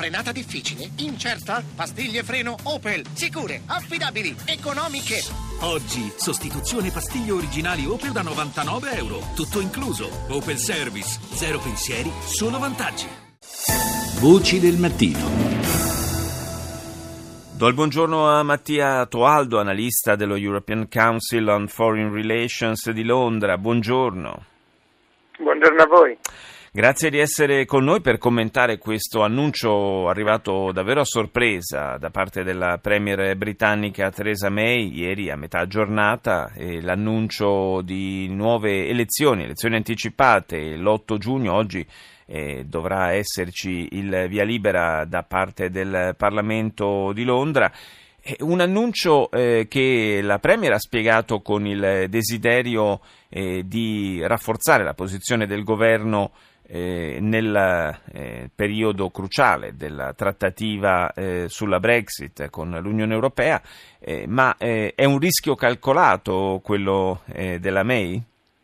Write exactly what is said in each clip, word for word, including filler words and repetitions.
Frenata difficile? Incerta? Pastiglie freno Opel. Sicure, affidabili, economiche. Oggi, sostituzione pastiglie originali Opel da novantanove euro. Tutto incluso. Opel Service. Zero pensieri, solo vantaggi. Voci del mattino. Do il buongiorno a Mattia Toaldo, analista dello European Council on Foreign Relations di Londra. Buongiorno. Buongiorno a voi. Grazie di essere con noi per commentare questo annuncio arrivato davvero a sorpresa da parte della premier britannica Theresa May ieri a metà giornata, e l'annuncio di nuove elezioni, elezioni anticipate l'otto giugno. Oggi eh, dovrà esserci il via libera da parte del Parlamento di Londra. Un annuncio eh, che la Premier ha spiegato con il desiderio eh, di rafforzare la posizione del governo eh, nel eh, periodo cruciale della trattativa eh, sulla Brexit con l'Unione Europea, eh, ma eh, è un rischio calcolato quello eh, della May?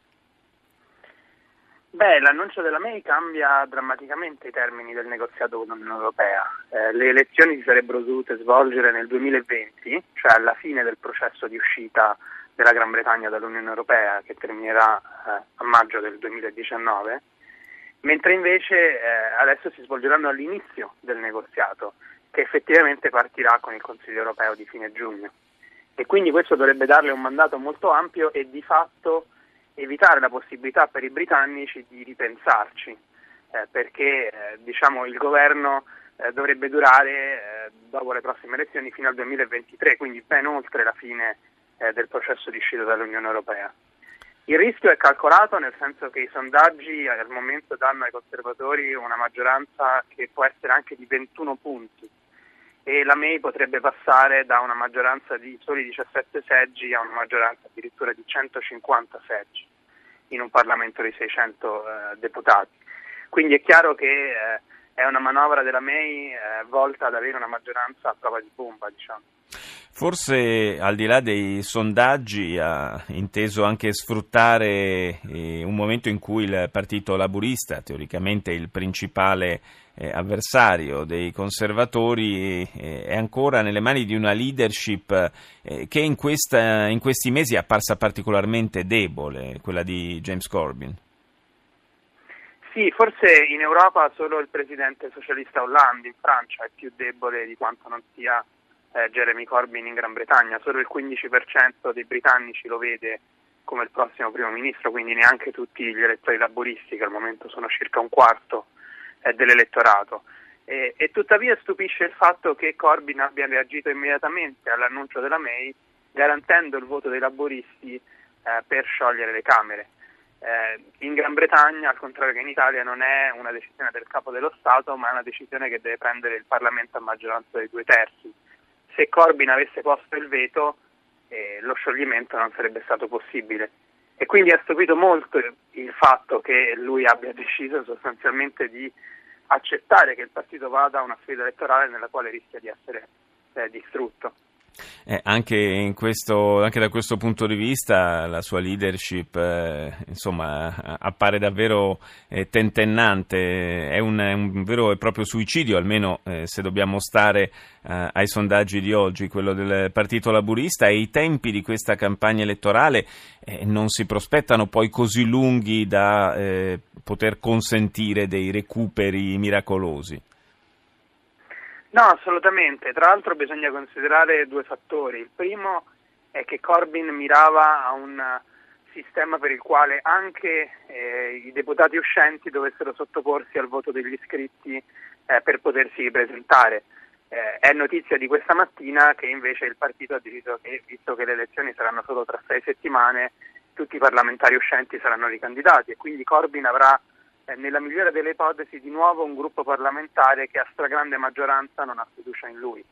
Beh, l'annuncio della May cambia drammaticamente i termini del negoziato con l'Unione Europea. Eh, le elezioni si sarebbero dovute svolgere nel duemilaventi, cioè alla fine del processo di uscita della Gran Bretagna dall'Unione Europea, che terminerà eh, a maggio del duemiladiciannove, mentre invece eh, adesso si svolgeranno all'inizio del negoziato, che effettivamente partirà con il Consiglio Europeo di fine giugno. E quindi questo dovrebbe darle un mandato molto ampio e di fatto evitare la possibilità per i britannici di ripensarci, eh, perché eh, diciamo il governo eh, dovrebbe durare eh, dopo le prossime elezioni fino al duemilaventitré, quindi ben oltre la fine eh, del processo di uscita dall'Unione Europea. Il rischio è calcolato nel senso che i sondaggi al momento danno ai conservatori una maggioranza che può essere anche di ventuno punti, e la May potrebbe passare da una maggioranza di soli diciassette seggi a una maggioranza addirittura di centocinquanta seggi in un Parlamento di seicento eh, deputati. Quindi è chiaro che eh, è una manovra della May eh, volta ad avere una maggioranza a prova di bomba, diciamo. Forse al di là dei sondaggi ha inteso anche sfruttare eh, un momento in cui il Partito Laburista, teoricamente il principale eh, avversario dei conservatori, eh, è ancora nelle mani di una leadership eh, che in, questa, in questi mesi è apparsa particolarmente debole, quella di James Corbyn. Sì, forse in Europa solo il presidente socialista Hollande in Francia è più debole di quanto non sia Eh, Jeremy Corbyn in Gran Bretagna. Solo il quindici per cento dei britannici lo vede come il prossimo primo ministro, quindi neanche tutti gli elettori laburisti, che al momento sono circa un quarto eh, dell'elettorato. E, e tuttavia stupisce il fatto che Corbyn abbia reagito immediatamente all'annuncio della May, garantendo il voto dei laburisti eh, per sciogliere le Camere. Eh, in Gran Bretagna, al contrario che in Italia, non è una decisione del Capo dello Stato, ma è una decisione che deve prendere il Parlamento a maggioranza dei due terzi. Se Corbyn avesse posto il veto, eh, lo scioglimento non sarebbe stato possibile. E quindi ha stupito molto il fatto che lui abbia deciso sostanzialmente di accettare che il partito vada a una sfida elettorale nella quale rischia di essere eh, distrutto. Eh, anche, in questo, anche da questo punto di vista la sua leadership eh, insomma appare davvero eh, tentennante. È un, è un vero e proprio suicidio, almeno eh, se dobbiamo stare eh, ai sondaggi di oggi, quello del Partito Laburista, e i tempi di questa campagna elettorale eh, non si prospettano poi così lunghi da eh, poter consentire dei recuperi miracolosi. No, assolutamente. Tra l'altro bisogna considerare due fattori. Il primo è che Corbyn mirava a un sistema per il quale anche eh, i deputati uscenti dovessero sottoporsi al voto degli iscritti eh, per potersi ripresentare. Eh, è notizia di questa mattina che invece il partito ha deciso che, visto che le elezioni saranno solo tra sei settimane, tutti i parlamentari uscenti saranno ricandidati, e quindi Corbyn avrà nella migliore delle ipotesi di nuovo un gruppo parlamentare che a stragrande maggioranza non ha fiducia in lui.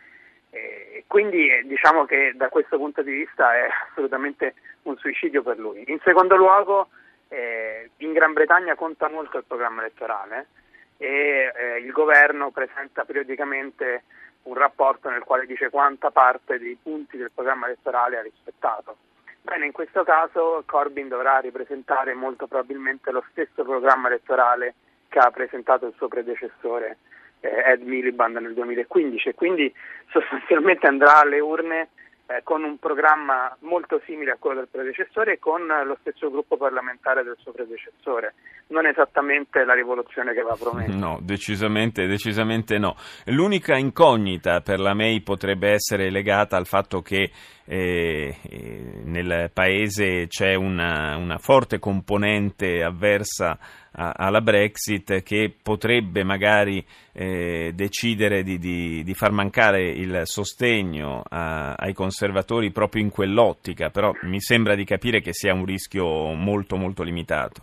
E quindi eh, diciamo che da questo punto di vista è assolutamente un suicidio per lui. In secondo luogo, eh, in Gran Bretagna conta molto il programma elettorale e eh, il governo presenta periodicamente un rapporto nel quale dice quanta parte dei punti del programma elettorale ha rispettato. Bene, in questo caso Corbyn dovrà ripresentare molto probabilmente lo stesso programma elettorale ha presentato il suo predecessore eh, Ed Miliband nel duemilaquindici, e quindi sostanzialmente andrà alle urne eh, con un programma molto simile a quello del predecessore e con lo stesso gruppo parlamentare del suo predecessore. Non esattamente la rivoluzione che aveva promesso. No, decisamente, decisamente no. L'unica incognita per la May potrebbe essere legata al fatto che eh, eh, nel paese c'è una, una forte componente avversa a, alla Brexit che potrebbe magari eh, decidere di, di, di far mancare il sostegno a, ai conservatori proprio in quell'ottica, però mi sembra di capire che sia un rischio molto molto limitato.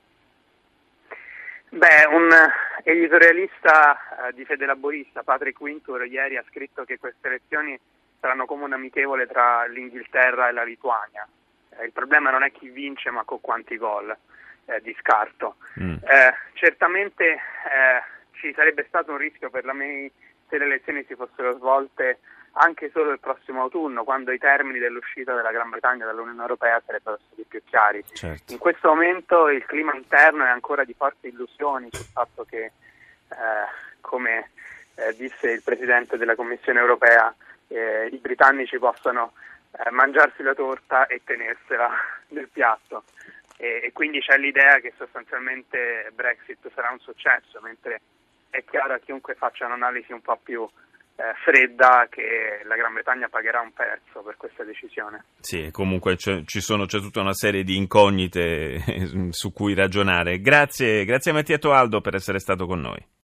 Beh, un editorialista eh, di Fede Laborista, Patrick Wintour, ieri ha scritto che queste elezioni saranno come un amichevole tra l'Inghilterra e la Lituania. Eh, il problema non è chi vince, ma con quanti gol eh, di scarto. Mm. Eh, certamente eh, ci sarebbe stato un rischio per la May se le elezioni si fossero svolte anche solo il prossimo autunno, quando i termini dell'uscita della Gran Bretagna dall'Unione Europea sarebbero stati più chiari. Certo. In questo momento il clima interno è ancora di forti illusioni sul fatto che, eh, come eh, disse il Presidente della Commissione Europea, eh, i britannici possano eh, mangiarsi la torta e tenersela nel piatto. E, e quindi c'è l'idea che sostanzialmente Brexit sarà un successo, mentre è chiaro a chiunque faccia un'analisi un po' più Eh, fredda che la Gran Bretagna pagherà un prezzo per questa decisione. Sì, comunque c'è, ci sono, c'è tutta una serie di incognite su cui ragionare. Grazie, grazie a Mattia Toaldo per essere stato con noi.